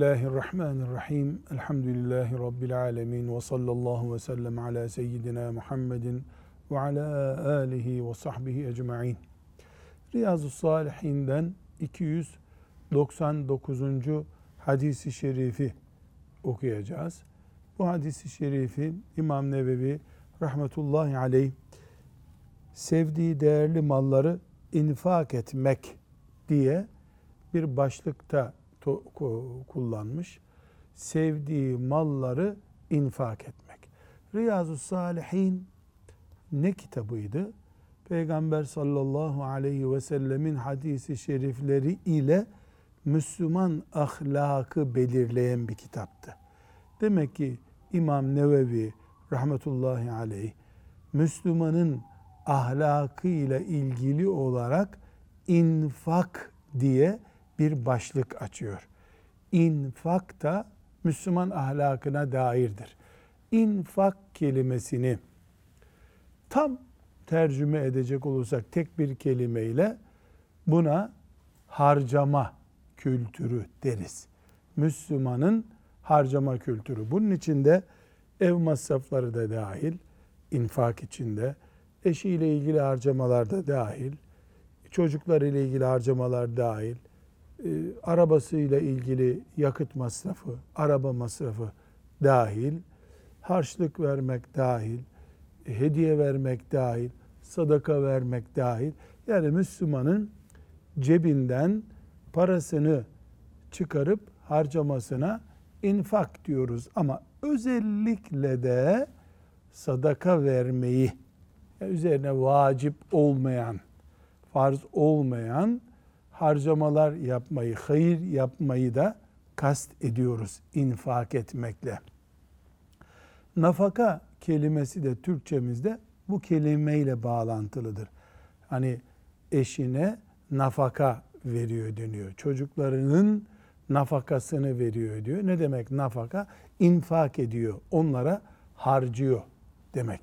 Bismillahirrahmanirrahim. Elhamdülillahi Rabbil alemin. Ve sallallahu ve sellem ala seyyidina Muhammedin ve ala alihi ve sahbihi ecma'in. Riyazu's-Salihin'den 299. hadisi şerifi okuyacağız. Bu hadisi şerifi İmam Nevevi rahmetullahi aleyh sevdiği değerli malları infak etmek diye bir başlıkta kullanmış. Sevdiği malları infak etmek. Riyazu's-Salihin ne kitabıydı? Peygamber sallallahu aleyhi ve sellemin hadisi şerifleri ile Müslüman ahlakı belirleyen bir kitaptı. Demek ki İmam Nevevi rahmetullahi aleyh Müslümanın ahlakıyla ilgili olarak infak diye bir başlık açıyor. İnfak da Müslüman ahlakına dairdir. İnfak kelimesini tam tercüme edecek olursak tek bir kelimeyle buna harcama kültürü deriz. Müslümanın harcama kültürü. Bunun içinde ev masrafları da dahil, infak içinde, eşiyle ilgili harcamalar da dahil, çocuklarıyla ilgili harcamalar dahil, arabasıyla ilgili yakıt masrafı, araba masrafı dahil, harçlık vermek dahil, hediye vermek dahil, sadaka vermek dahil. Yani Müslümanın cebinden parasını çıkarıp harcamasına infak diyoruz. Ama özellikle de sadaka vermeyi, yani üzerine vacip olmayan, farz olmayan harcamalar yapmayı, hayır yapmayı da kast ediyoruz infak etmekle. Nafaka kelimesi de Türkçemizde bu kelimeyle bağlantılıdır. Hani eşine nafaka veriyor deniyor. Çocuklarının nafakasını veriyor diyor. Ne demek nafaka? İnfak ediyor. Onlara harcıyor demek.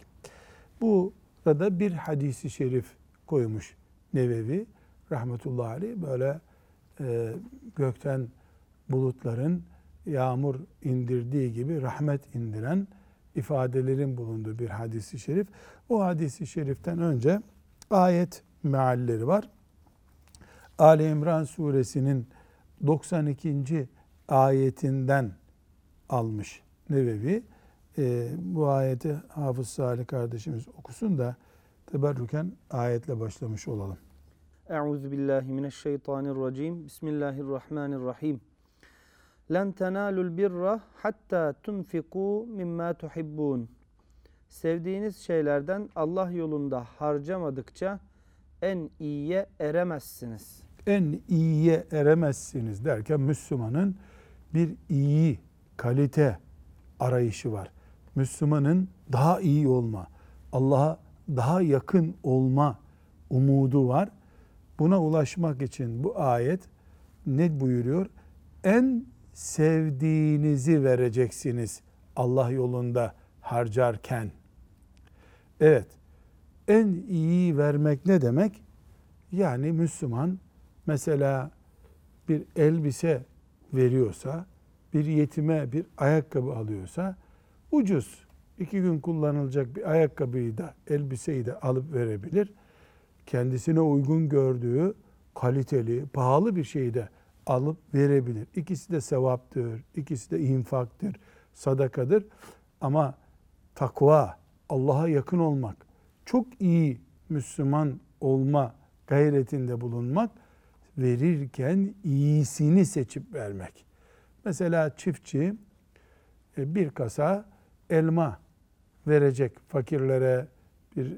Burada bir hadisi şerif koymuş Nevevi rahmetullahi aleyh. Böyle gökten bulutların yağmur indirdiği gibi rahmet indiren ifadelerin bulunduğu bir hadisi şerif. O hadisi şeriften önce ayet mealleri var. Ali İmran suresinin 92. ayetinden almış Nevevi. Bu ayeti Hafız Salih kardeşimiz okusun da teberrüken ayetle başlamış olalım. Euzubillahimineşşeytanirracim. Bismillahirrahmanirrahim. Len tenalul birra hatta tunfiku mimma tuhibbun. Sevdiğiniz şeylerden Allah yolunda harcamadıkça en iyiye eremezsiniz. En iyiye eremezsiniz derken Müslümanın bir iyi kalite arayışı var. Müslümanın daha iyi olma, Allah'a daha yakın olma umudu var. Buna ulaşmak için bu ayet ne buyuruyor? En sevdiğinizi vereceksiniz Allah yolunda harcarken. Evet, en iyi vermek ne demek? Yani Müslüman mesela bir elbise veriyorsa, bir yetime bir ayakkabı alıyorsa, ucuz 2 gün kullanılacak bir ayakkabıyı da elbiseyi de alıp verebilir. Kendisine uygun gördüğü kaliteli, pahalı bir şeyi de alıp verebilir. İkisi de sevaptır, ikisi de infaktır, sadakadır. Ama takva, Allah'a yakın olmak, çok iyi Müslüman olma gayretinde bulunmak, verirken iyisini seçip vermek. Mesela çiftçi bir kasa elma verecek fakirlere, bir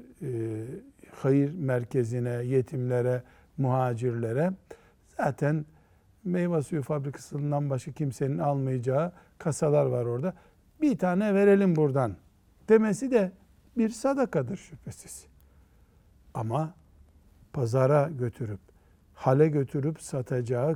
hayır merkezine, yetimlere, muhacirlere. Zaten meyve suyu fabrikasından başka kimsenin almayacağı kasalar var orada. Bir tane verelim buradan demesi de bir sadakadır şüphesiz. Ama pazara götürüp, hale götürüp satacağı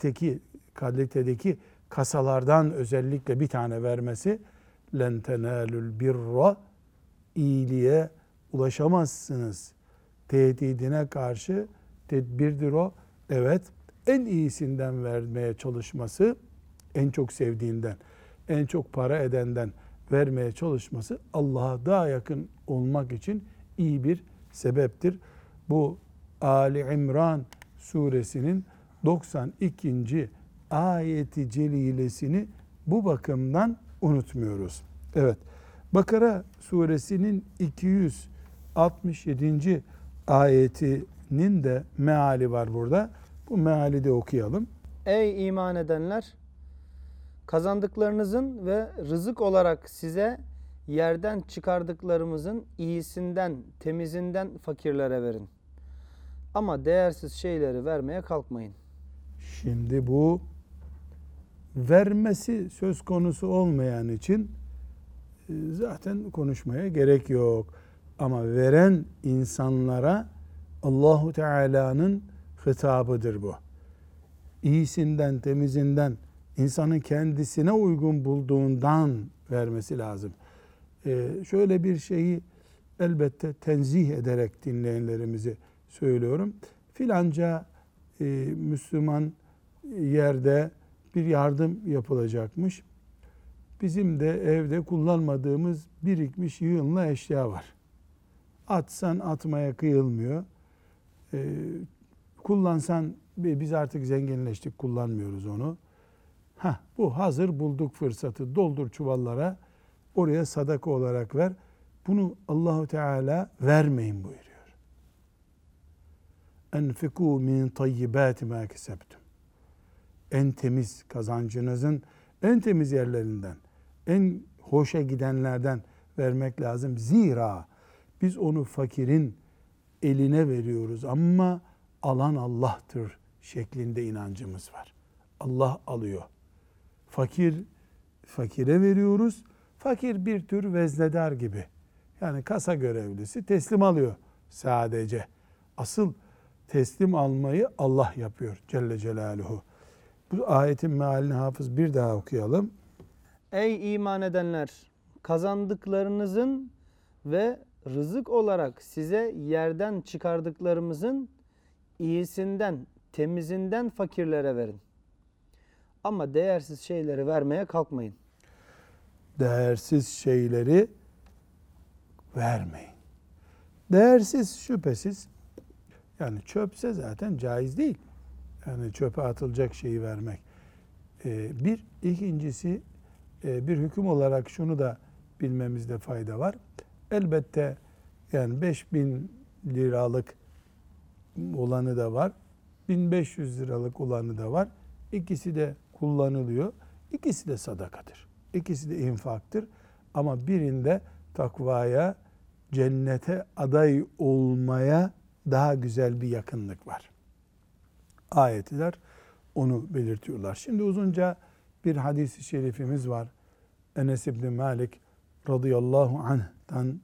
kalitedeki kasalardan özellikle bir tane vermesi, len tenalul birra, iyiliğe ulaşamazsınız tehdidine karşı tedbirdir o. Evet, en iyisinden vermeye çalışması en çok sevdiğinden, en çok para edenden vermeye çalışması Allah'a daha yakın olmak için iyi bir sebeptir. Bu Ali İmran suresinin 92. ayeti celilesini bu bakımdan unutmuyoruz. Evet, Bakara suresinin 267. ayetinin de meali var burada. Bu meali de okuyalım. Ey iman edenler! Kazandıklarınızın ve rızık olarak size yerden çıkardıklarımızın iyisinden, temizinden fakirlere verin. Ama değersiz şeyleri vermeye kalkmayın. Şimdi bu vermesi söz konusu olmayan için zaten konuşmaya gerek yok. Ama veren insanlara Allahu Teala'nın hitabıdır bu. İyisinden, temizinden, insanın kendisine uygun bulduğundan vermesi lazım. Şöyle bir şeyi elbette tenzih ederek dinleyenlerimizi söylüyorum. Filanca Müslüman yerde bir yardım yapılacakmış. Bizim de evde kullanmadığımız birikmiş yığınla eşya var. Atsan atmaya kıyılmıyor. Kullansan biz artık zenginleştik, kullanmıyoruz onu. Bu hazır bulduk fırsatı, doldur çuvallara, oraya sadaka olarak ver. Bunu Allahu Teala vermeyin buyuruyor. Enfikû min tayyibâti mâ kesebtum. En temiz kazancınızın en temiz yerlerinden, en hoşa gidenlerden vermek lazım. Zira biz onu fakirin eline veriyoruz ama alan Allah'tır şeklinde inancımız var. Allah alıyor. Fakire veriyoruz. Fakir bir tür veznedar gibi. Yani kasa görevlisi teslim alıyor sadece. Asıl teslim almayı Allah yapıyor Celle Celaluhu. Bu ayetin mealini hafız bir daha okuyalım. Ey iman edenler! Kazandıklarınızın ve rızık olarak size yerden çıkardıklarımızın iyisinden, temizinden fakirlere verin. Ama değersiz şeyleri vermeye kalkmayın. Değersiz şeyleri vermeyin. Değersiz şüphesiz, yani çöpse zaten caiz değil. Yani çöpe atılacak şeyi vermek. İkincisi bir hüküm olarak şunu da bilmemizde fayda var. Elbette yani 5.000 liralık olanı da var. 1.500 liralık olanı da var. İkisi de kullanılıyor. İkisi de sadakadır. İkisi de infaktır. Ama birinde takvaya, cennete aday olmaya daha güzel bir yakınlık var. Ayetler onu belirtiyorlar. Şimdi uzunca bir hadis-i şerifimiz var. Enes İbni Malik radıyallahu anh'tan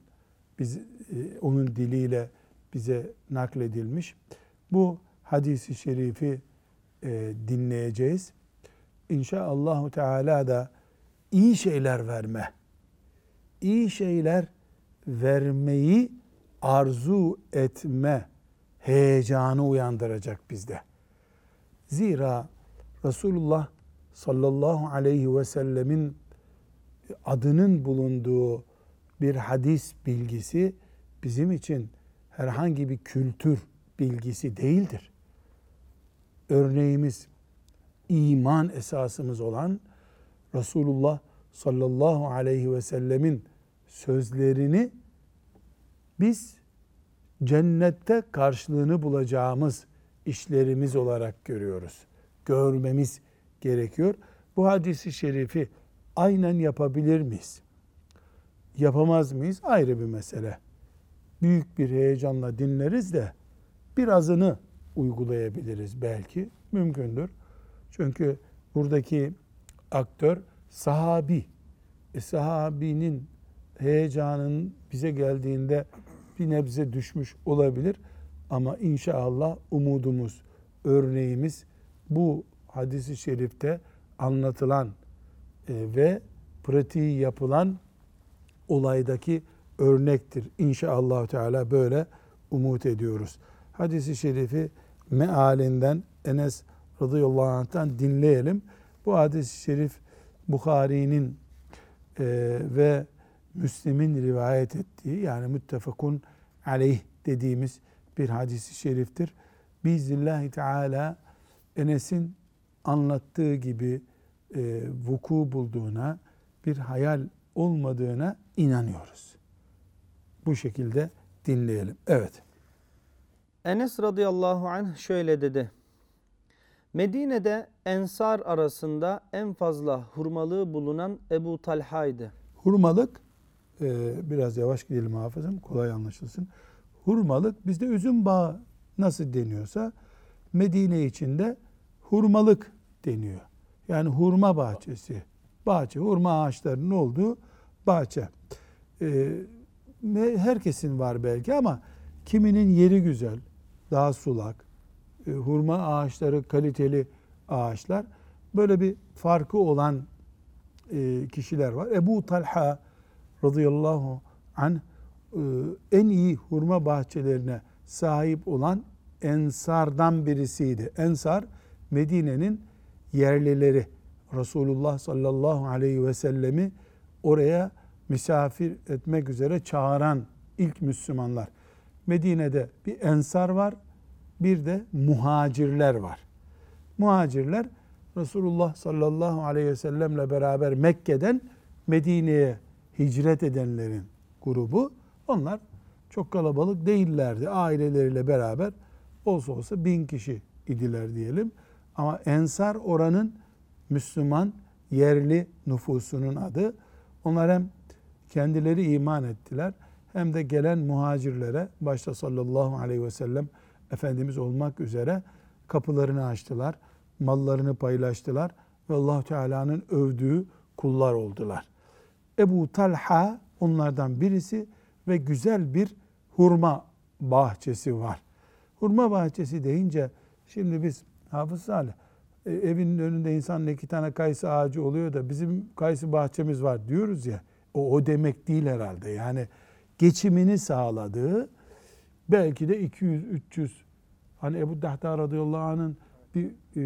onun diliyle bize nakledilmiş. Bu hadis-i şerifi dinleyeceğiz. İnşaallahu Teala da iyi şeyler verme, iyi şeyler vermeyi arzu etme heyecanı uyandıracak bizde. Zira Resulullah sallallahu aleyhi ve sellemin adının bulunduğu bir hadis bilgisi bizim için herhangi bir kültür bilgisi değildir. Örneğimiz, iman esasımız olan Resulullah sallallahu aleyhi ve sellemin sözlerini biz cennette karşılığını bulacağımız işlerimiz olarak görüyoruz. Görmemiz gerekiyor. Bu hadisi şerifi aynen yapabilir miyiz? Yapamaz mıyız? Ayrı bir mesele. Büyük bir heyecanla dinleriz de birazını uygulayabiliriz belki. Mümkündür. Çünkü buradaki aktör sahabi. Sahabinin heyecanın bize geldiğinde bir nebze düşmüş olabilir. Ama inşallah umudumuz, örneğimiz bu hadis-i şerifte anlatılan ve pratiği yapılan olaydaki örnektir. İnşallah Teala böyle umut ediyoruz. Hadis-i şerifi mealinden Enes radıyallahu anh'tan dinleyelim. Bu hadis-i şerif Bukhari'nin ve Müslim'in rivayet ettiği, yani müttefakun aleyh dediğimiz bir hadis-i şeriftir. Biiznillahü Teala Enes'in anlattığı gibi vuku bulduğuna, bir hayal olmadığına inanıyoruz. Bu şekilde dinleyelim. Evet. Enes radıyallahu anh şöyle dedi. Medine'de ensar arasında en fazla hurmalığı bulunan Ebu Talha'ydı. Hurmalık, biraz yavaş gidelim hafızım, kolay anlaşılsın. Hurmalık, bizde üzüm bağı nasıl deniyorsa Medine içinde hurmalık deniyor. Yani hurma bahçesi. Bahçe, hurma ağaçlarının olduğu bahçe. Herkesin var belki ama kiminin yeri güzel, daha sulak, hurma ağaçları kaliteli ağaçlar. Böyle bir farkı olan kişiler var. Ebu Talha radıyallahu anh en iyi hurma bahçelerine sahip olan ensardan birisiydi. Ensar, Medine'nin yerlileri. Resulullah sallallahu aleyhi ve sellemi oraya misafir etmek üzere çağıran ilk Müslümanlar. Medine'de bir ensar var, bir de muhacirler var. Muhacirler, Resulullah sallallahu aleyhi ve sellemle beraber Mekke'den Medine'ye hicret edenlerin grubu. Onlar çok kalabalık değillerdi. Aileleriyle beraber olsa olsa 1000 kişi idiler diyelim. Ama ensar oranın Müslüman yerli nüfusunun adı. Onlar hem kendileri iman ettiler, hem de gelen muhacirlere, başta sallallahu aleyhi ve sellem Efendimiz olmak üzere kapılarını açtılar, mallarını paylaştılar ve Allah Teala'nın övdüğü kullar oldular. Ebu Talha onlardan birisi ve güzel bir hurma bahçesi var. Hurma bahçesi deyince şimdi biz Hafız Salih, evinin önünde insanın 2 tane kayısı ağacı oluyor da bizim kayısı bahçemiz var diyoruz ya, o demek değil herhalde. Yani geçimini sağladığı, belki de 200-300, hani Ebu Dahda radıyallahu anh'ın bir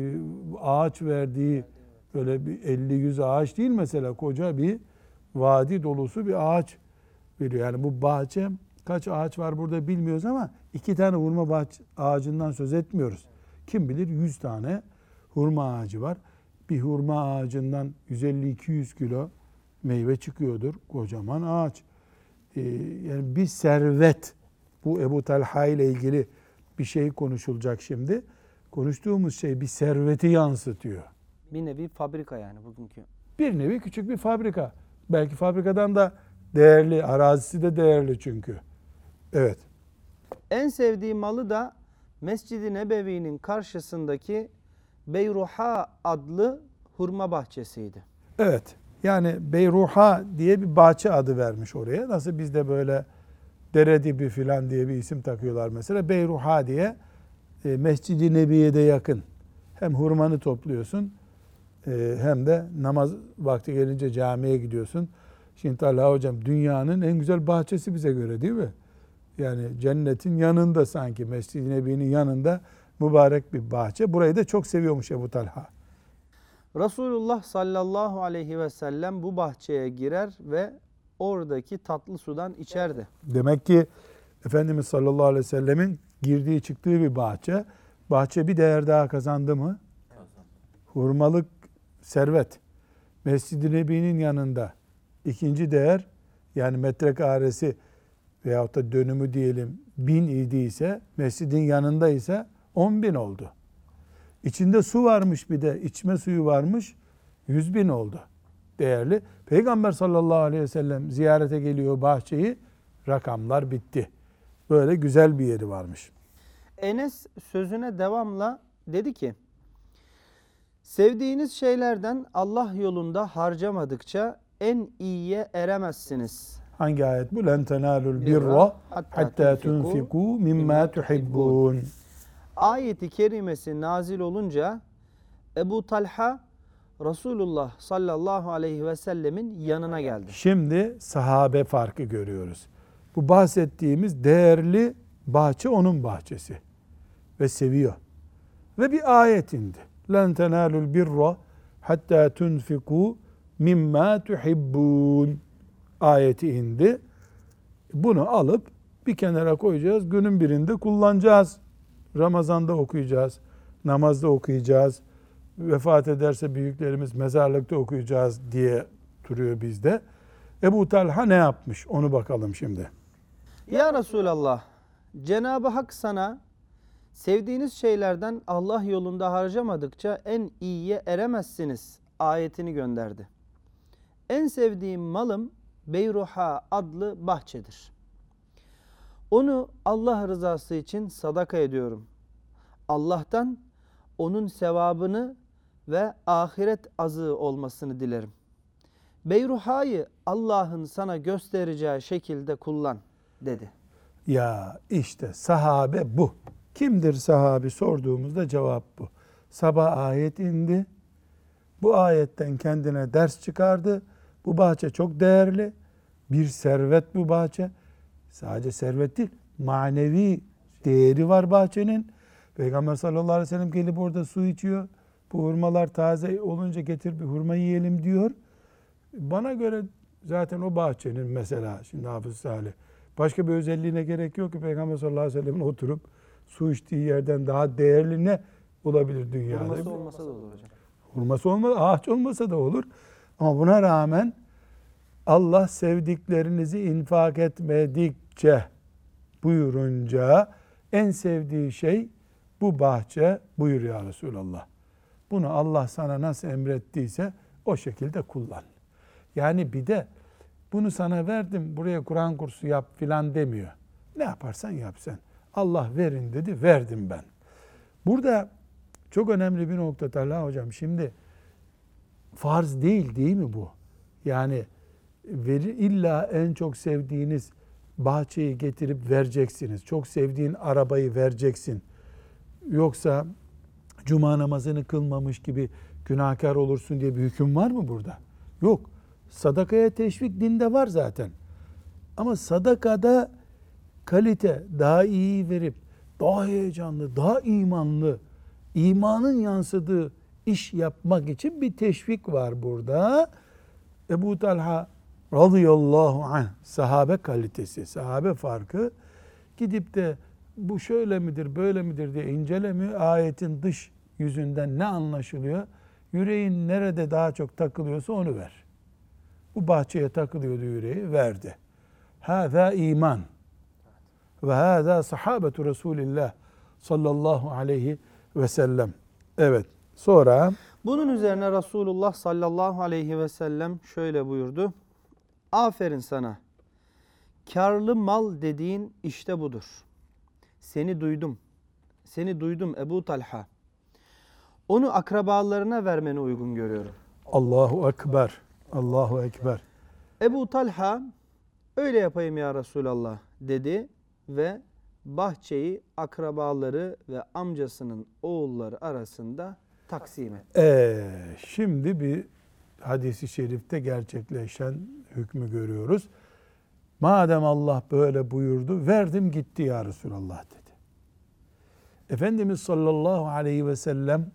ağaç verdiği, böyle bir 50-100 ağaç değil mesela, koca bir vadi dolusu bir ağaç veriyor. Yani bu bahçe, kaç ağaç var burada bilmiyoruz ama 2 tane hurma ağacından söz etmiyoruz. Kim bilir 100 tane hurma ağacı var. Bir hurma ağacından 150-200 kilo meyve çıkıyordur. Kocaman ağaç. Yani bir servet. Bu Ebu Talha ile ilgili bir şey konuşulacak şimdi. Konuştuğumuz şey bir serveti yansıtıyor. Bir nevi fabrika yani bugünkü. Bir nevi küçük bir fabrika. Belki fabrikadan da değerli, arazisi de değerli çünkü. Evet. En sevdiği malı da Mescid-i Nebevi'nin karşısındaki Beyruha adlı hurma bahçesiydi. Evet. Yani Beyruha diye bir bahçe adı vermiş oraya. Nasıl bizde böyle dere dibi filan diye bir isim takıyorlar mesela. Beyruha diye Mescid-i Nebiye'de yakın. Hem hurmanı topluyorsun hem de namaz vakti gelince camiye gidiyorsun. Şimdi Talha hocam, dünyanın en güzel bahçesi bize göre değil mi? Yani cennetin yanında, sanki Mescid-i Nebi'nin yanında mübarek bir bahçe. Burayı da çok seviyormuş Ebu Talha. Resulullah sallallahu aleyhi ve sellem bu bahçeye girer ve oradaki tatlı sudan içerdi. Demek ki Efendimiz sallallahu aleyhi ve sellemin girdiği çıktığı bir bahçe. Bahçe bir değer daha kazandı mı? Hurmalık servet. Mescid-i Nebi'nin yanında ikinci değer, yani metrekaresi veyahut da dönümü diyelim 1000 idiyse, mescidin yanında ise 10.000 oldu. İçinde su varmış, bir de içme suyu varmış, 100.000 oldu. Değerli. Peygamber sallallahu aleyhi ve sellem ziyarete geliyor bahçeyi, rakamlar bitti. Böyle güzel bir yeri varmış. Enes sözüne devamla dedi ki, sevdiğiniz şeylerden Allah yolunda harcamadıkça en iyiye eremezsiniz. Hangi ayet bu? Len tenalul birra hatta tunfiku mimma tuhibbun. Ayeti kerimesi nazil olunca Ebu Talha Resulullah sallallahu aleyhi ve sellemin yanına geldi. Şimdi sahabe farkı görüyoruz. Bu bahsettiğimiz değerli bahçe onun bahçesi. Ve seviyor. Ve bir ayet indi. Len tenalul birra hatta tunfiku mimma tuhibbun ayeti indi. Bunu alıp bir kenara koyacağız. Günün birinde kullanacağız. Ramazan'da okuyacağız. Namazda okuyacağız. Vefat ederse büyüklerimiz mezarlıkta okuyacağız diye duruyor bizde. Ebu Talha ne yapmış? Onu bakalım şimdi. Ya Resulallah, Cenab-ı Hak sana sevdiğiniz şeylerden Allah yolunda harcamadıkça en iyiye eremezsiniz ayetini gönderdi. En sevdiğim malım Beyruha adlı bahçedir. Onu Allah rızası için sadaka ediyorum. Allah'tan onun sevabını ve ahiret azığı olmasını dilerim. Beyruha'yı Allah'ın sana göstereceği şekilde kullan dedi. Ya işte sahabe bu. Kimdir sahabi sorduğumuzda cevap bu. Sabah ayet indi. Bu ayetten kendine ders çıkardı. Bu bahçe çok değerli. Bir servet bu bahçe. Sadece servet değil, manevi değeri var bahçenin. Peygamber sallallahu aleyhi ve sellem gelip orada su içiyor. Bu hurmalar taze olunca getir bir hurma yiyelim diyor. Bana göre zaten o bahçenin mesela şimdi Hafız Salih başka bir özelliğine gerek yok ki Peygamber sallallahu aleyhi ve sellem'in oturup su içtiği yerden daha değerli ne olabilir dünyada? Hurması olmasa da olur hocam. Hurması olmasa, ağaç olmasa da olur. Ama buna rağmen Allah sevdiklerinizi infak etmedikçe buyurunca en sevdiği şey bu bahçe buyur ya Resulallah. Bunu Allah sana nasıl emrettiyse o şekilde kullan. Yani bir de bunu sana verdim buraya Kur'an kursu yap filan demiyor. Ne yaparsan yap sen. Allah verin dedi, verdim ben. Burada çok önemli bir nokta Talha hocam. Şimdi farz değil mi bu? Yani illa en çok sevdiğiniz bahçeyi getirip vereceksiniz. Çok sevdiğin arabayı vereceksin. Yoksa cuma namazını kılmamış gibi günahkar olursun diye bir hüküm var mı burada? Yok. Sadakaya teşvik dinde var zaten. Ama sadakada kalite daha iyi verip daha heyecanlı, daha imanlı, imanın yansıdığı iş yapmak için bir teşvik var burada. Ebu Talha radıyallahu anh sahabe kalitesi, sahabe farkı gidip de bu şöyle midir, böyle midir diye incelemiyor. Ayetin dış yüzünden ne anlaşılıyor? Yüreğin nerede daha çok takılıyorsa onu ver. Bu bahçeye takılıyordu yüreği, verdi. Hâzâ iman. Ve hâzâ sahabetu Resulillah sallallahu aleyhi ve sellem. Evet, sonra Bunun üzerine Resulullah sallallahu aleyhi ve sellem şöyle buyurdu. Aferin sana. Karlı mal dediğin işte budur. Seni duydum. Seni duydum Ebu Talha. Onu akrabalarına vermeni uygun görüyorum. Allahu Ekber, Allahu Ekber. Ebu Talha öyle yapayım ya Resulallah dedi ve bahçeyi akrabaları ve amcasının oğulları arasında taksim etti. Şimdi bir hadisi şerifte gerçekleşen hükmü görüyoruz. Madem Allah böyle buyurdu, verdim gitti ya Resulallah dedi. Efendimiz sallallahu aleyhi ve sellem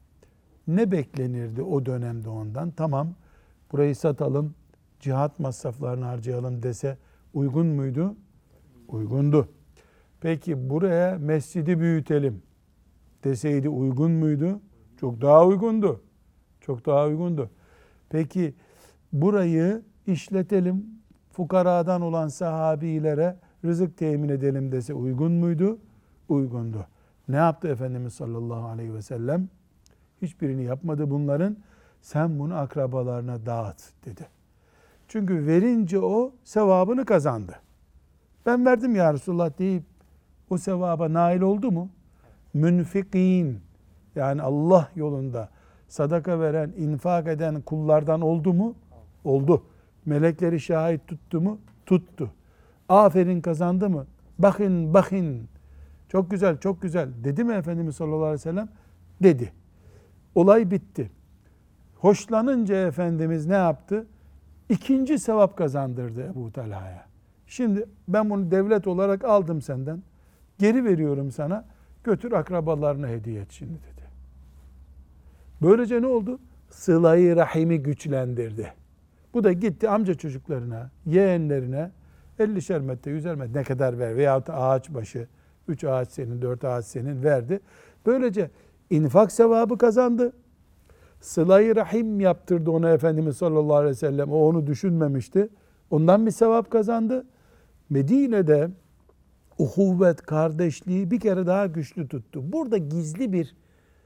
ne beklenirdi o dönemde ondan? Tamam, burayı satalım, cihat masraflarını harcayalım dese uygun muydu? Uygundu. Peki buraya mescidi büyütelim deseydi uygun muydu? Çok daha uygundu. Çok daha uygundu. Peki burayı işletelim, fukaradan olan sahabilere rızık temin edelim dese uygun muydu? Uygundu. Ne yaptı Efendimiz sallallahu aleyhi ve sellem? Hiçbirini yapmadı bunların. Sen bunu akrabalarına dağıt dedi. Çünkü verince o sevabını kazandı. Ben verdim ya Resulullah deyip o sevaba nail oldu mu? Münfikin yani Allah yolunda sadaka veren, infak eden kullardan oldu mu? Oldu. Melekleri şahit tuttu mu? Tuttu. Aferin kazandı mı? Bakın. Çok güzel, çok güzel. Dedi mi Efendimiz sallallahu aleyhi ve sellem? Dedi. Olay bitti. Hoşlanınca Efendimiz ne yaptı? İkinci sevap kazandırdı Ebu Talha'ya. Şimdi ben bunu devlet olarak aldım senden. Geri veriyorum sana. Götür akrabalarına hediye et şimdi dedi. Böylece ne oldu? sıla-i rahimi güçlendirdi. Bu da gitti amca çocuklarına, yeğenlerine 50'şer metre, 100'er metre ne kadar ver veyahut ağaç başı 3 ağaç senin, 4 ağaç senin verdi. Böylece infak sevabı kazandı. Sıla-i rahim yaptırdı ona Efendimiz sallallahu aleyhi ve sellem. O onu düşünmemişti. Ondan bir sevap kazandı. Medine'de uhuvvet, kardeşliği bir kere daha güçlü tuttu. Burada gizli bir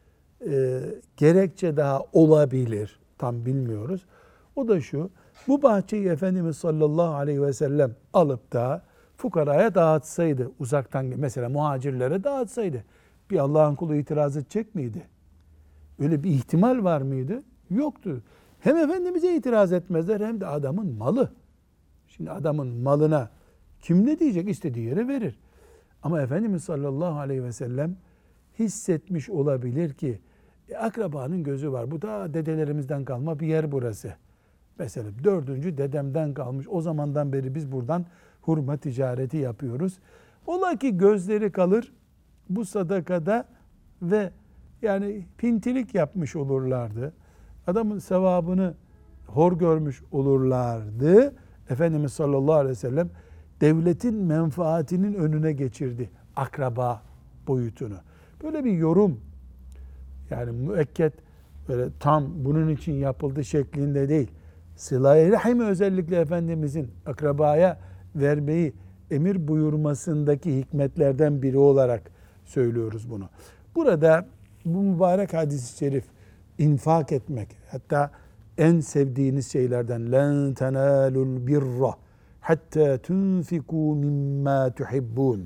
gerekçe daha olabilir. Tam bilmiyoruz. O da şu: bu bahçeyi Efendimiz sallallahu aleyhi ve sellem alıp da fukaraya dağıtsaydı, uzaktan mesela muhacirlere dağıtsaydı, bir Allah'ın kulu itiraz edecek miydi? Öyle bir ihtimal var mıydı? Yoktu. Hem Efendimiz'e itiraz etmezler hem de adamın malı. Şimdi adamın malına kim ne diyecek? İstediği yere verir. Ama Efendimiz sallallahu aleyhi ve sellem hissetmiş olabilir ki akrabanın gözü var. Bu da dedelerimizden kalma bir yer burası. Mesela 4. dedemden kalmış. O zamandan beri biz buradan hurma ticareti yapıyoruz. Ola ki gözleri kalır bu sadakada ve yani pintilik yapmış olurlardı. Adamın sevabını hor görmüş olurlardı. Efendimiz sallallahu aleyhi ve sellem devletin menfaatinin önüne geçirdi akraba boyutunu. Böyle bir yorum, yani müekket böyle tam bunun için yapıldı şeklinde değil. Sıla-i Rahim özellikle Efendimizin akrabaya vermeyi emir buyurmasındaki hikmetlerden biri olarak söylüyoruz bunu. Burada bu mübarek hadis-i şerif infak etmek, hatta en sevdiğiniz şeylerden لَنْ تَنَالُوا الْبِرَّ حَتَّى تُنْفِقُوا مِمَّا تُحِبُّونَ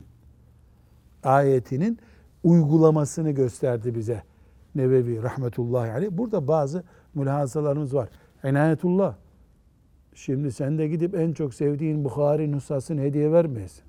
ayetinin uygulamasını gösterdi bize Nevevi rahmetullahi aleyh. Burada bazı mülahazalarımız var. İnayetullah, şimdi sen de gidip en çok sevdiğin Bukhari nüshasını hediye vermeyesin.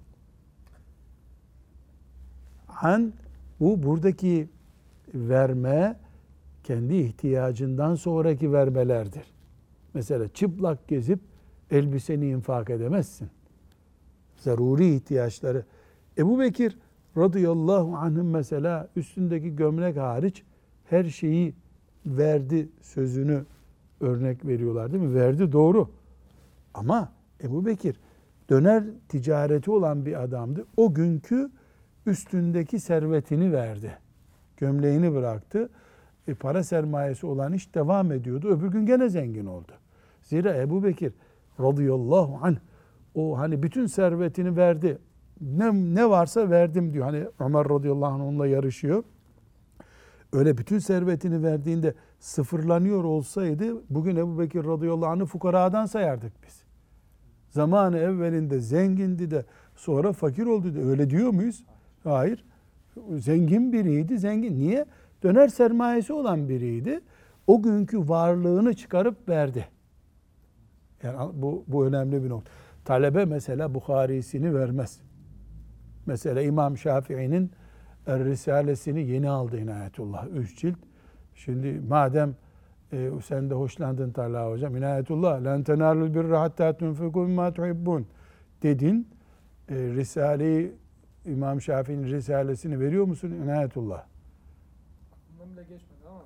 Bu buradaki verme kendi ihtiyacından sonraki vermelerdir. Mesela çıplak gezip elbiseni infak edemezsin. Zaruri ihtiyaçları. Ebu Bekir radıyallahu anh'ın mesela üstündeki gömlek hariç her şeyi verdi sözünü örnek veriyorlar değil mi? Verdi, doğru. Ama Ebu Bekir döner ticareti olan bir adamdı. O günkü üstündeki servetini verdi. Gömleğini bıraktı. Para sermayesi olan iş devam ediyordu. Öbür gün gene zengin oldu. Zira Ebu Bekir radıyallahu anh o hani bütün servetini verdi. Ne varsa verdim diyor. Hani Ömer radıyallahu anh onunla yarışıyor. Öyle bütün servetini verdiğinde sıfırlanıyor olsaydı bugün Ebu Bekir radıyallahu anh'ı fukaradan sayardık biz. Zamanı evvelinde zengindi de sonra fakir oldu da öyle diyor muyuz? Hayır. Zengin biriydi. Zengin. Niye? Döner sermayesi olan biriydi. O günkü varlığını çıkarıp verdi. Yani bu önemli bir nokta. Talebe mesela Bukhari'sini vermez. Mesela İmam Şafii'nin Risalesini yeni aldı İnayetullah. 3 cilt. Şimdi madem sen de hoşlandın Talha hocam. İnayetullah لَنْ تَنَالُوا الْبِرَّ حَتَّى تُنْفِقُوا مِمَّا تُحِبُّونَ dedin. Risale-i İmam Şafii'nin Risalesini veriyor musun İnayetullah? Aklımdan bile geçmedi ama.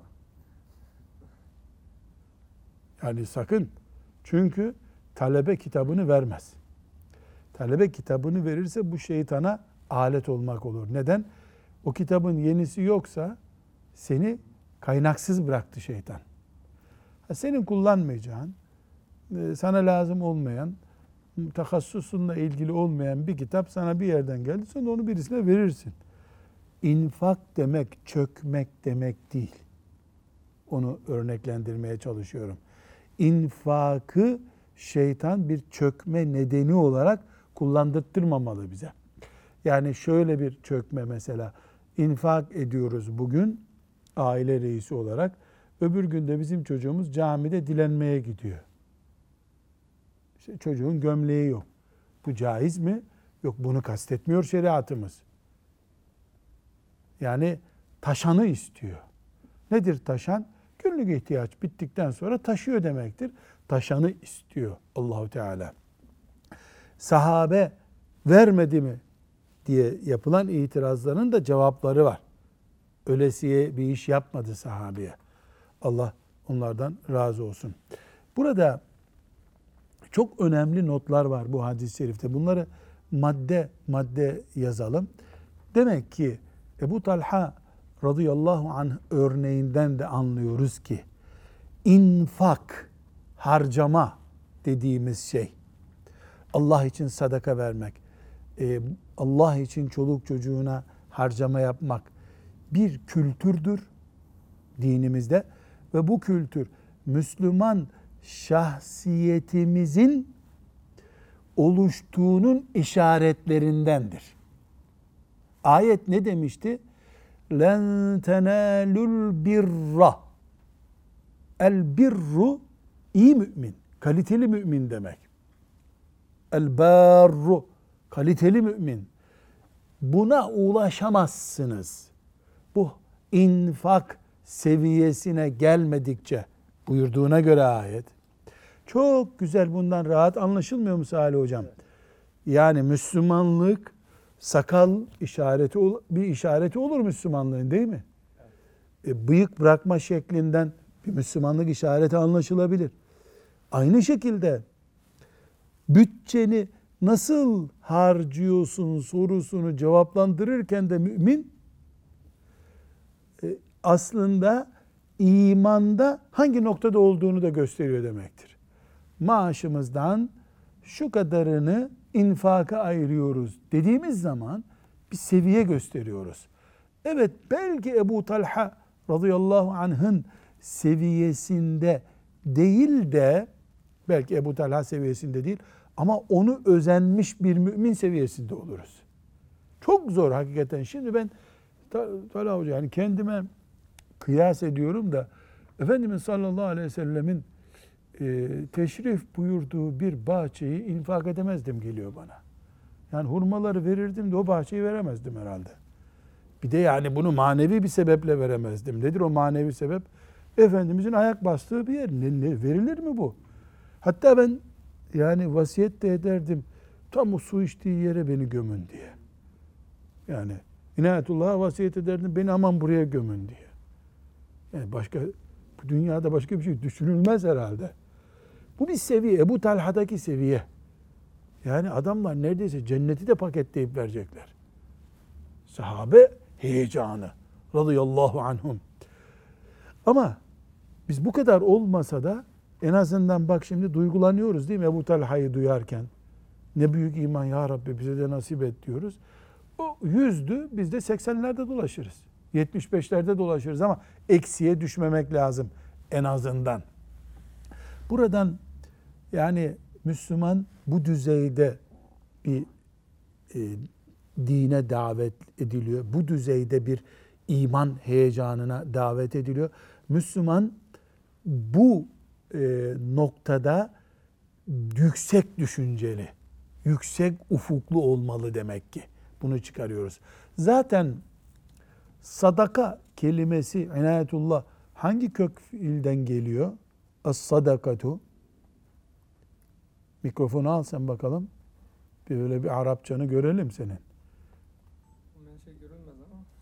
Yani sakın. Çünkü talebe kitabını vermez. Talebe kitabını verirse bu şeytana alet olmak olur. Neden? O kitabın yenisi yoksa seni kaynaksız bıraktı şeytan. Senin kullanmayacağın, sana lazım olmayan, takassusunla ilgili olmayan bir kitap sana bir yerden geldi. Sonra onu birisine verirsin. İnfak demek çökmek demek değil. Onu örneklendirmeye çalışıyorum. İnfakı şeytan bir çökme nedeni olarak kullandırtmamalı bize. Yani şöyle bir çökme mesela. İnfak ediyoruz bugün aile reisi olarak. Öbür günde bizim çocuğumuz camide dilenmeye gidiyor. İşte çocuğun gömleği yok. Bu caiz mi? Yok, bunu kastetmiyor şeriatımız. Yani taşanı istiyor. Nedir taşan? Günlük ihtiyaç bittikten sonra taşıyor demektir. Taşanı istiyor Allahu Teala. Sahabe vermedi mi diye yapılan itirazların da cevapları var. Ölesiye bir iş yapmadı sahabeye. Allah onlardan razı olsun. Burada çok önemli notlar var bu hadis-i şerifte. Bunları madde madde yazalım. Demek ki Ebu Talha radıyallahu anh örneğinden de anlıyoruz ki infak, harcama dediğimiz şey, Allah için sadaka vermek, Allah için çoluk çocuğuna harcama yapmak bir kültürdür dinimizde ve bu kültür Müslüman şahsiyetimizin oluştuğunun işaretlerindendir. Ayet ne demişti? لَنْ تَنَالُوا الْبِرَّ. El birru iyi mümin, kaliteli mümin demek. El barru kaliteli mümin. Buna ulaşamazsınız. Bu infak seviyesine gelmedikçe buyurduğuna göre ayet. Çok güzel, bundan rahat anlaşılmıyor mu Salih Hocam? Yani Müslümanlık sakal işareti, bir işareti olur Müslümanlığın, değil mi? Bıyık bırakma şeklinden bir Müslümanlık işareti anlaşılabilir. Aynı şekilde bütçeni nasıl harcıyorsun sorusunu cevaplandırırken de mümin aslında imanda hangi noktada olduğunu da gösteriyor demektir. Maaşımızdan şu kadarını infaka ayırıyoruz dediğimiz zaman bir seviye gösteriyoruz. Evet, belki Ebu Talha radıyallahu anh'ın seviyesinde değil de, belki Ebu Talha seviyesinde değil ama onu özenmiş bir mümin seviyesinde oluruz. Çok zor hakikaten. Şimdi ben Talha Hoca, yani kendime kıyas ediyorum da Efendimiz sallallahu aleyhi ve sellemin teşrif buyurduğu bir bahçeyi infak edemezdim geliyor bana. Yani hurmaları verirdim de o bahçeyi veremezdim herhalde. Bir de yani bunu manevi bir sebeple veremezdim. Nedir o manevi sebep? Efendimizin ayak bastığı bir yer. Ne verilir mi bu? Hatta ben yani vasiyet de ederdim. Tam o su içtiği yere beni gömün diye. Yani İnayetullah'a vasiyet ederdim. Beni aman buraya gömün diye. Yani başka, bu dünyada başka bir şey düşünülmez herhalde. Bu bir seviye. Ebu Talha'daki seviye. Yani adamlar neredeyse cenneti de paketleyip verecekler. Sahabe heyecanı radıyallahu anhum. Ama biz bu kadar olmasa da en azından bak şimdi duygulanıyoruz değil mi Ebu Talha'yı duyarken? Ne büyük iman ya Rabbi bize de nasip et diyoruz. O 100'dü, biz de 80'lerde dolaşırız. 75'lerde dolaşırız ama eksiye düşmemek lazım en azından. Buradan yani Müslüman bu düzeyde bir dine davet ediliyor. Bu düzeyde bir iman heyecanına davet ediliyor. Müslüman bu noktada yüksek düşünceli, yüksek ufuklu olmalı demek ki. Bunu çıkarıyoruz. Zaten sadaka kelimesi inayetullah hangi kök fiilden geliyor? As-sadakatu. Mikrofonu al sen bakalım. Böyle bir Arapçanı görelim senin. Görünmez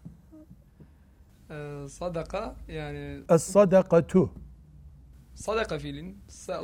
ama. Sadaka yani. Es-sadakatu. Sadaka fiilin.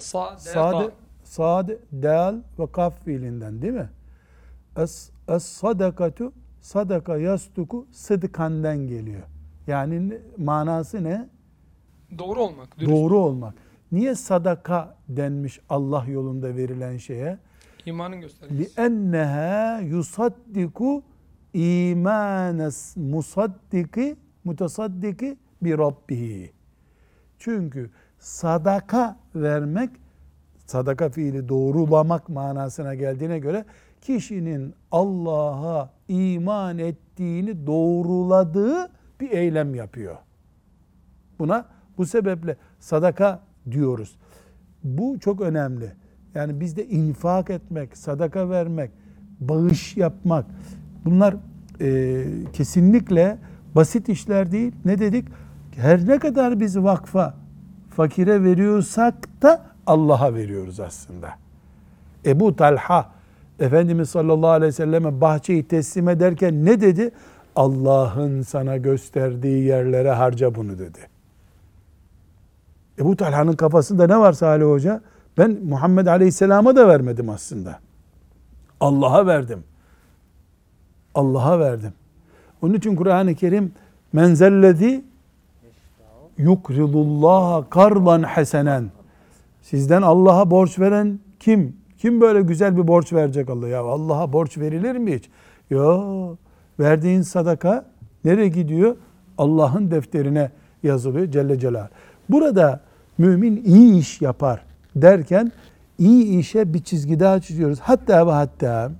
Sad, dal ve kaf fiilinden değil mi? Es-sadakatu, sadaka yastuku sıdkandan geliyor. Yani manası ne? Doğru olmak. Dürüst. Doğru olmak. Niye sadaka denmiş Allah yolunda verilen şeye? İmanın göstergesi. لِأَنَّهَا يُصَدِّكُ اِيمَانَ mutasaddiki bi Rabbihi. Çünkü sadaka vermek, sadaka fiili doğrulamak manasına geldiğine göre kişinin Allah'a iman ettiğini doğruladığı bir eylem yapıyor. Buna bu sebeple sadaka diyoruz. Bu çok önemli. Yani bizde infak etmek, sadaka vermek, bağış yapmak, bunlar kesinlikle basit işler değil. Ne dedik? Her ne kadar biz vakfa, fakire veriyorsak da Allah'a veriyoruz aslında. Ebu Talha, Efendimiz sallallahu aleyhi ve selleme bahçeyi teslim ederken ne dedi? Allah'ın sana gösterdiği yerlere harca bunu dedi. Ebu Talha'nın kafasında ne var Salih Hoca? Ben Muhammed Aleyhisselam'a da vermedim aslında. Allah'a verdim. Allah'a verdim. Onun için Kur'an-ı Kerim menzellezi yukridullaha kardan hasenen. Sizden Allah'a borç veren kim? Kim böyle güzel bir borç verecek Allah'a? Ya Allah'a borç verilir mi hiç? Yo. Verdiğin sadaka nereye gidiyor? Allah'ın defterine yazılıyor Celle Celaluhu. Burada mümin iyi iş yapar derken iyi işe bir çizgi daha çiziyoruz. Hatta ve hatta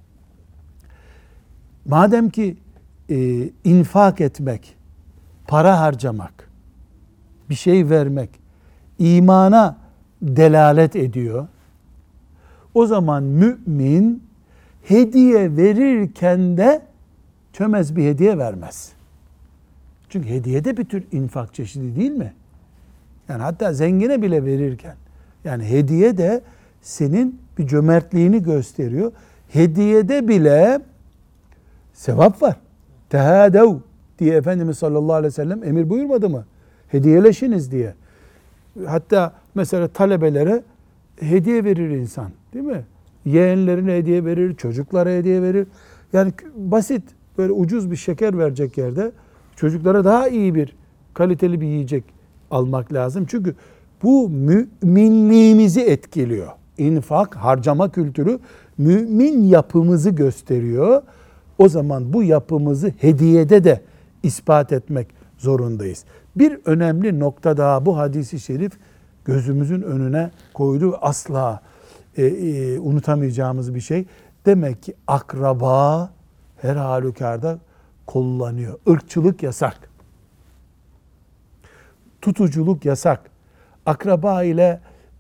madem ki infak etmek, para harcamak, bir şey vermek imana delalet ediyor. O zaman mümin hediye verirken de çömez bir hediye vermez. Çünkü hediye de bir tür infak çeşidi değil mi? Yani hatta zengine bile verirken, yani hediye de senin bir cömertliğini gösteriyor. Hediyede bile sevap var. Tehâdev diye Efendimiz sallallahu aleyhi ve sellem emir buyurmadı mı? Hediyeleşiniz diye. Hatta mesela talebelere hediye verir insan, değil mi? Yeğenlerine hediye verir, çocuklara hediye verir. Yani basit, böyle ucuz bir şeker verecek yerde çocuklara daha iyi bir, kaliteli bir yiyecek almak lazım. Çünkü bu müminliğimizi etkiliyor. İnfak, harcama kültürü mümin yapımızı gösteriyor. O zaman bu yapımızı hediyede de ispat etmek zorundayız. Bir önemli nokta daha bu hadisi şerif gözümüzün önüne koydu. Asla unutamayacağımız bir şey. Demek ki akraba her halükarda kullanıyor. Irkçılık yasak. Tutuculuk yasak. Akraba ile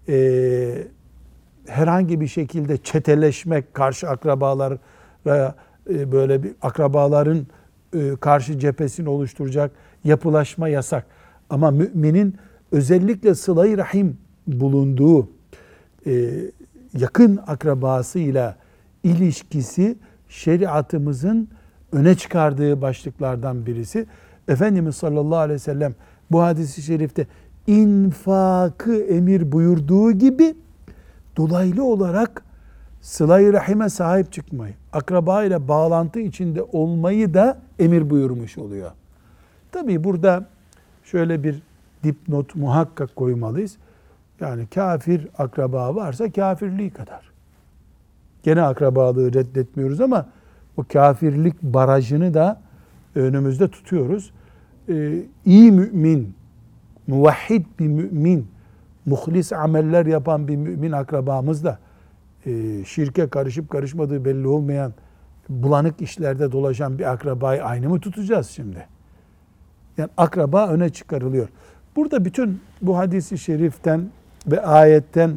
herhangi bir şekilde çeteleşmek, karşı akrabalara böyle bir akrabaların karşı cephesini oluşturacak yapılaşma yasak. Ama müminin özellikle sıla-i rahim bulunduğu yakın akrabasıyla ilişkisi şeriatımızın öne çıkardığı başlıklardan birisi. Efendimiz sallallahu aleyhi ve sellem bu hadis-i şerifte infakı emir buyurduğu gibi dolaylı olarak sıla-i rahime sahip çıkmayı, akraba ile bağlantı içinde olmayı da emir buyurmuş oluyor. Tabii burada şöyle bir dipnot muhakkak koymalıyız. Yani kafir akraba varsa kafirliği kadar. Gene akrabalığı reddetmiyoruz ama o kafirlik barajını da önümüzde tutuyoruz. İyi mümin, muvahhid bir mümin, muhlis ameller yapan bir mümin akrabamız da şirke karışıp karışmadığı belli olmayan bulanık işlerde dolaşan bir akrabayı aynı mı tutacağız şimdi? Yani akraba öne çıkarılıyor. Burada bütün bu hadisi şeriften ve ayetten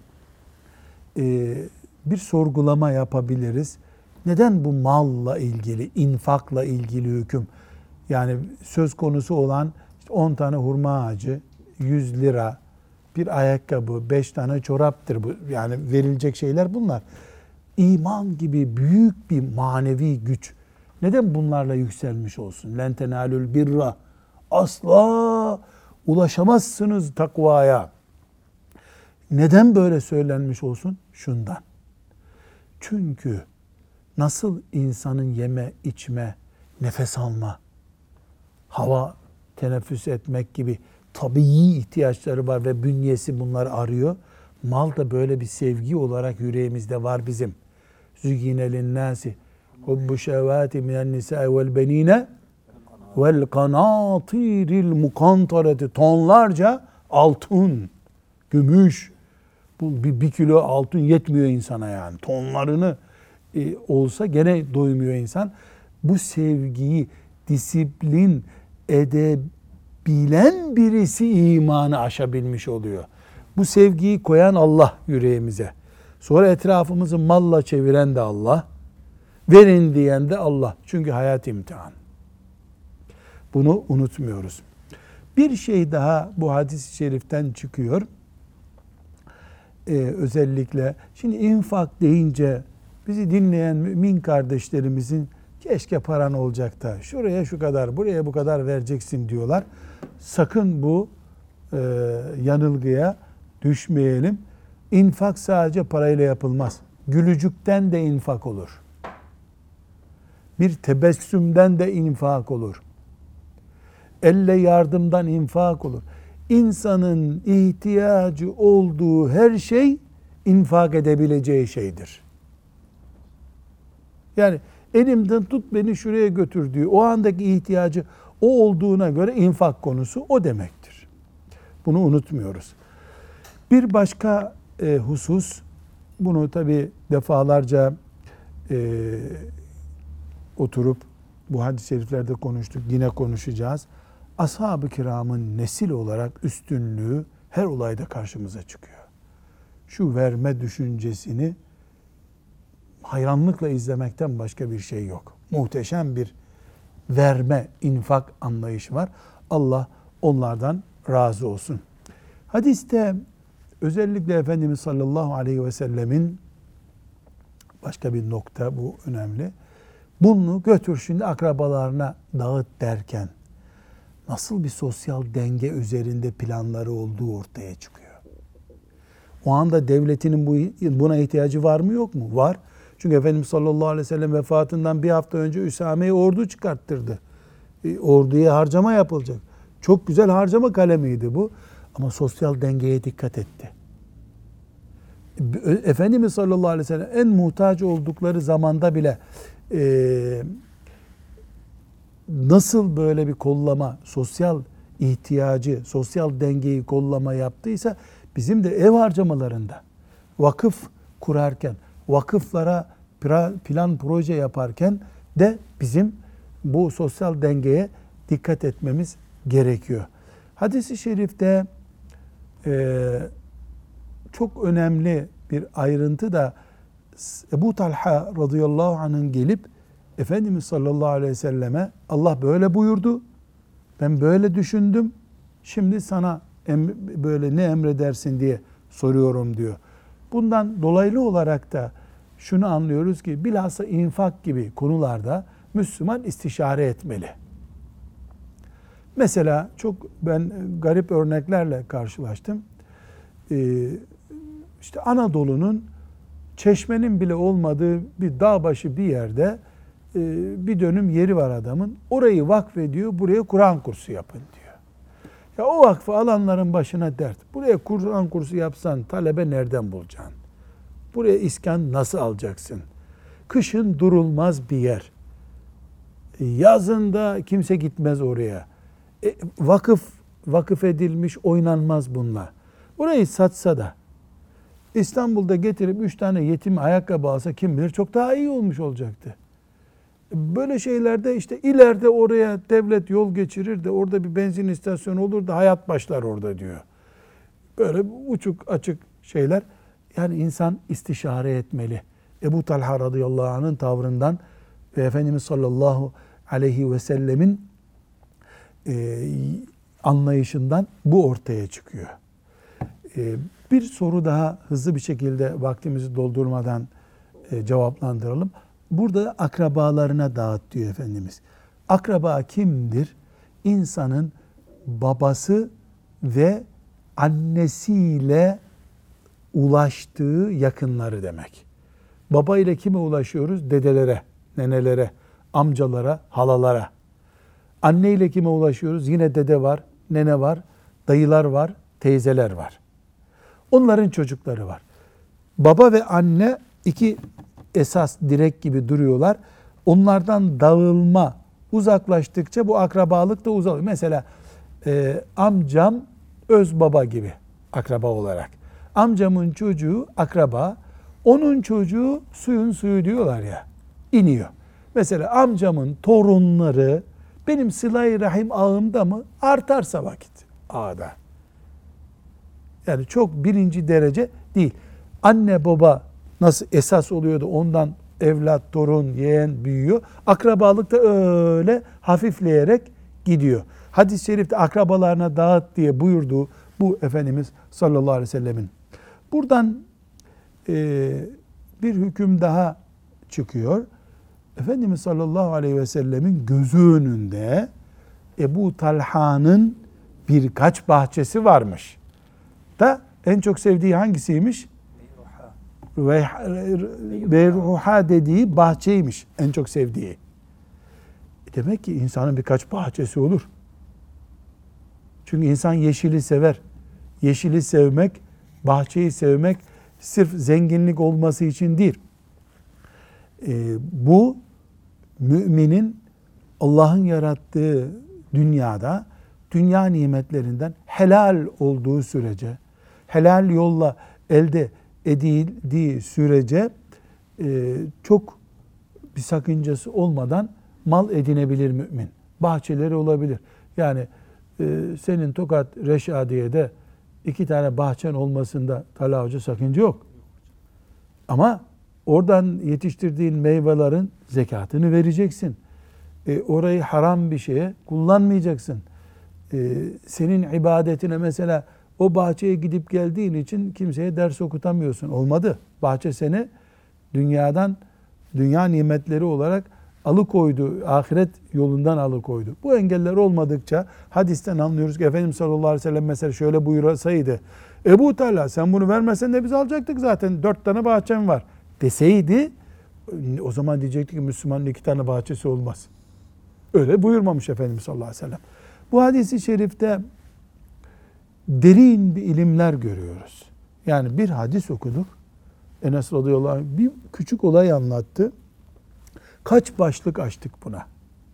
bir sorgulama yapabiliriz. Neden bu malla ilgili, infakla ilgili hüküm? Yani söz konusu olan 10 tane hurma ağacı, 100 lira, bir ayakkabı, 5 tane çoraptır. Bu, yani verilecek şeyler bunlar. İman gibi büyük bir manevi güç. Neden bunlarla yükselmiş olsun? Len tenalul birra. Asla ulaşamazsınız takvaya. Neden böyle söylenmiş olsun? Şundan. Çünkü nasıl insanın yeme, içme, nefes alma, hava teneffüs etmek gibi tabii ihtiyaçları var ve bünyesi bunları arıyor. Mal da böyle bir sevgi olarak yüreğimizde var bizim. Züyyine linnâsi hubbu şevâti minen nisâi vel benîne vel kanâtiril mukantareti, tonlarca altın, gümüş. Bu bir kilo altın yetmiyor insana yani. Tonlarını olsa gene doymuyor insan. Bu sevgiyi disiplin edebilen birisi imanı aşabilmiş oluyor. Bu sevgiyi koyan Allah yüreğimize. Sonra etrafımızı malla çeviren de Allah. Verin diyen de Allah. Çünkü hayat imtihan. Bunu unutmuyoruz. Bir şey daha bu hadis-i şeriften çıkıyor. Özellikle şimdi infak deyince bizi dinleyen mümin kardeşlerimizin keşke paran olacak da şuraya şu kadar, buraya bu kadar vereceksin diyorlar. Sakın bu yanılgıya düşmeyelim. İnfak sadece parayla yapılmaz. Gülücükten de infak olur. Bir tebessümden de infak olur. Elle yardımdan infak olur. İnsanın ihtiyacı olduğu her şey infak edebileceği şeydir. Yani elimden tut beni şuraya götür diyor. O andaki ihtiyacı o olduğuna göre infak konusu o demektir. Bunu unutmuyoruz. Bir başka husus, bunu tabi defalarca oturup bu hadis-i şeriflerde konuştuk, yine konuşacağız. Ashab-ı kiramın nesil olarak üstünlüğü her olayda karşımıza çıkıyor. Şu verme düşüncesini hayranlıkla izlemekten başka bir şey yok. Muhteşem bir verme, infak anlayışı var. Allah onlardan razı olsun. Hadiste özellikle Efendimiz sallallahu aleyhi ve sellemin başka bir nokta, bu önemli. Bunu götür şimdi akrabalarına dağıt derken nasıl bir sosyal denge üzerinde planları olduğu ortaya çıkıyor. O anda devletinin buna ihtiyacı var mı yok mu? Var. Çünkü Efendimiz sallallahu aleyhi ve sellem vefatından bir hafta önce Üsame'ye ordu çıkarttırdı. Orduya harcama yapılacak. Çok güzel harcama kalemiydi bu. Ama sosyal dengeye dikkat etti. Efendimiz sallallahu aleyhi ve sellem en muhtaç oldukları zamanda bile nasıl böyle bir kollama, sosyal ihtiyacı, sosyal dengeyi kollama yaptıysa bizim de ev harcamalarında, vakıf kurarken, vakıflara plan proje yaparken de bizim bu sosyal dengeye dikkat etmemiz gerekiyor. Hadis-i şerifte çok önemli bir ayrıntı da Ebu Talha radıyallahu anh'ın gelip Efendimiz sallallahu aleyhi ve selleme Allah böyle buyurdu, ben böyle düşündüm, şimdi sana böyle ne emredersin diye soruyorum diyor. Bundan dolaylı olarak da şunu anlıyoruz ki bilhassa infak gibi konularda Müslüman istişare etmeli. Mesela çok ben garip örneklerle karşılaştım. İşte Anadolu'nun çeşmenin bile olmadığı bir dağ başı bir yerde bir dönüm yeri var adamın. Orayı vakfediyor, buraya Kur'an kursu yapın diyor. Ya o vakfı alanların başına dert. Buraya Kur'an kursu yapsan talebe nereden bulacaksın? Buraya iskan nasıl alacaksın? Kışın durulmaz bir yer. Yazında kimse gitmez oraya. Vakıf edilmiş, oynanmaz bunlar. Orayı satsa da İstanbul'da getirip 3 tane yetim ayakkabı alsa kim bilir çok daha iyi olmuş olacaktı. Böyle şeylerde işte ileride oraya devlet yol geçirir de orada bir benzin istasyonu olur da hayat başlar orada diyor. Böyle uçuk açık şeyler. Yani insan istişare etmeli. Ebu Talha radıyallahu anh'ın tavrından ve Efendimiz sallallahu aleyhi ve sellemin anlayışından bu ortaya çıkıyor. Bir soru daha hızlı bir şekilde vaktimizi doldurmadan cevaplandıralım. Burada akrabalarına dağıt diyor Efendimiz. Akraba kimdir? İnsanın babası ve annesiyle ulaştığı yakınları demek. Baba ile kime ulaşıyoruz? Dedelere, nenelere, amcalara, halalara. Anne ile kime ulaşıyoruz? Yine dede var, nene var, dayılar var, teyzeler var. Onların çocukları var. Baba ve anne iki esas direk gibi duruyorlar. Onlardan dağılma uzaklaştıkça bu akrabalık da uzalıyor. Mesela amcam öz baba gibi akraba olarak. Amcamın çocuğu akraba, onun çocuğu suyun suyu diyorlar ya, iniyor. Mesela amcamın torunları benim sıla-i rahim ağımda mı? Artarsa vakit ağda. Yani çok birinci derece değil. Anne baba nasıl esas oluyordu, ondan evlat, torun, yeğen büyüyor. Akrabalık da öyle hafifleyerek gidiyor. Hadis-i şerifte akrabalarına dağıt diye buyurduğu bu Efendimiz sallallahu aleyhi ve sellemin. Buradan bir hüküm daha çıkıyor. Efendimiz sallallahu aleyhi ve sellemin gözü önünde Ebu Talha'nın birkaç bahçesi varmış. Da en çok sevdiği hangisiymiş? Beyruha dediği bahçeymiş en çok sevdiği. Demek ki insanın birkaç bahçesi olur. Çünkü insan yeşili sever. Yeşili sevmek, bahçeyi sevmek sırf zenginlik olması için değil. Bu müminin Allah'ın yarattığı dünyada dünya nimetlerinden helal olduğu sürece, helal yolla elde edildiği sürece çok bir sakıncası olmadan mal edinebilir mümin. Bahçeleri olabilir. Yani senin Tokat Reşadiye'de 2 tane bahçen olmasında Talha Hoca sakınca yok. Ama oradan yetiştirdiğin meyvelerin zekatını vereceksin. Orayı haram bir şeye kullanmayacaksın. Senin ibadetine mesela o bahçeye gidip geldiğin için kimseye ders okutamıyorsun. Olmadı. Bahçe seni dünyadan, dünya nimetleri olarak alıkoydu. Ahiret yolundan alıkoydu. Bu engeller olmadıkça hadisten anlıyoruz ki Efendimiz sallallahu aleyhi ve sellem mesela şöyle buyursaydı. Ebu Talha sen bunu vermesen de biz alacaktık zaten. 4 tane bahçem var deseydi o zaman diyecektik ki Müslümanın 2 tane bahçesi olmaz. Öyle buyurmamış Efendimiz sallallahu aleyhi ve sellem. Bu hadis-i şerifte derin bir ilimler görüyoruz. Yani bir hadis okuduk. Enes radıyallahu anh bir küçük olay anlattı. Kaç başlık açtık buna?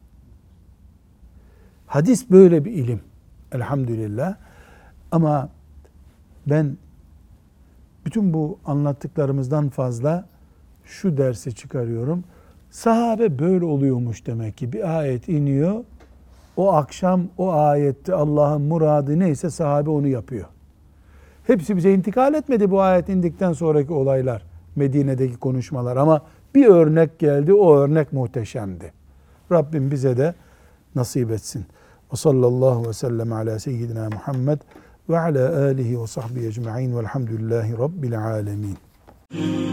Hadis böyle bir ilim. Elhamdülillah. Ama ben bütün bu anlattıklarımızdan fazla şu dersi çıkarıyorum. Sahabe böyle oluyormuş demek ki. Bir ayet iniyor. O akşam o ayette Allah'ın muradı neyse sahabe onu yapıyor. Hepsi bize intikal etmedi bu ayet indikten sonraki olaylar. Medine'deki konuşmalar ama bir örnek geldi. O örnek muhteşemdi. Rabbim bize de nasip etsin. Ve sallallahu ve sellem ala seyyidina Muhammed ve ala alihi ve sahbihi ecma'in velhamdülillahi rabbil alemin.